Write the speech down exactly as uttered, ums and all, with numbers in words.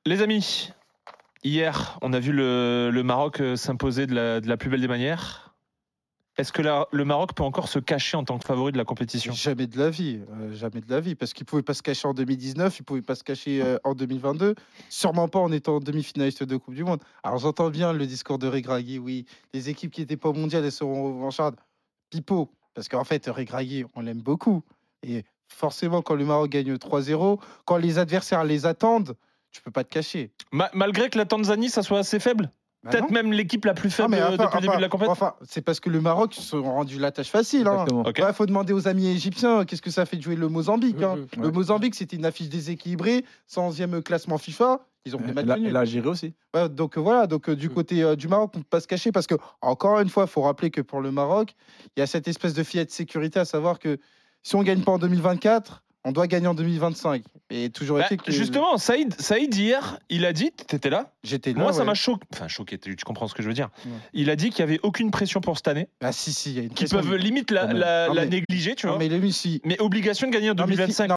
Les amis, hier, on a vu le, le Maroc s'imposer de la, de la plus belle des manières. Est-ce que la, le Maroc peut encore se cacher en tant que favori de la compétition ? Jamais de la vie, euh, jamais de la vie, parce qu'il ne pouvait pas se cacher en deux mille dix-neuf, il ne pouvait pas se cacher euh, en deux mille vingt-deux, sûrement pas en étant demi-finaliste de Coupe du Monde. Alors j'entends bien le discours de Regragui, oui, les équipes qui n'étaient pas mondiales, elles seront revanchardes. Pipeau, parce qu'en fait, Regragui, on l'aime beaucoup. Et forcément, quand le Maroc gagne trois zéro, quand les adversaires les attendent, tu peux pas te cacher. Ma- malgré que la Tanzanie, ça soit assez faible ? Bah Peut-être non. même l'équipe la plus Ah, faible mais enfin, depuis le enfin, début de la compétition. Enfin, c'est parce que le Maroc se sont rendu la tâche facile. Hein. Exactement. Ok. Ouais, faut demander aux amis égyptiens qu'est-ce que ça fait de jouer le Mozambique. Hein. Mmh, mmh, Le ouais. Mozambique, c'était une affiche déséquilibrée, centième classement FIFA. Ils ont fait des matchs La- nuls. L'Algérie aussi. Ouais, donc euh, voilà, donc euh, du Mm. côté euh, du Maroc, on ne peut pas se cacher parce que encore une fois, il faut rappeler que pour le Maroc, il y a cette espèce de filet de sécurité, à savoir que si on gagne pas en deux mille vingt-quatre, on doit gagner en deux mille vingt-cinq. Et toujours Bah, été que justement, Saïd, Saïd, hier, il a dit, t'étais là ? j'étais là. Moi, ça ouais. m'a choqué. Enfin, choqué, tu tu comprends ce que je veux dire. Ouais. Il a dit qu'il n'y avait aucune pression pour cette année, Ah si si, il y a une qu'ils question. peuvent limite la, Quand même. la, Non, la mais- négliger, tu Non, vois. mais lui, si. Mais obligation de gagner en Non, mais si- deux mille vingt-cinq. non,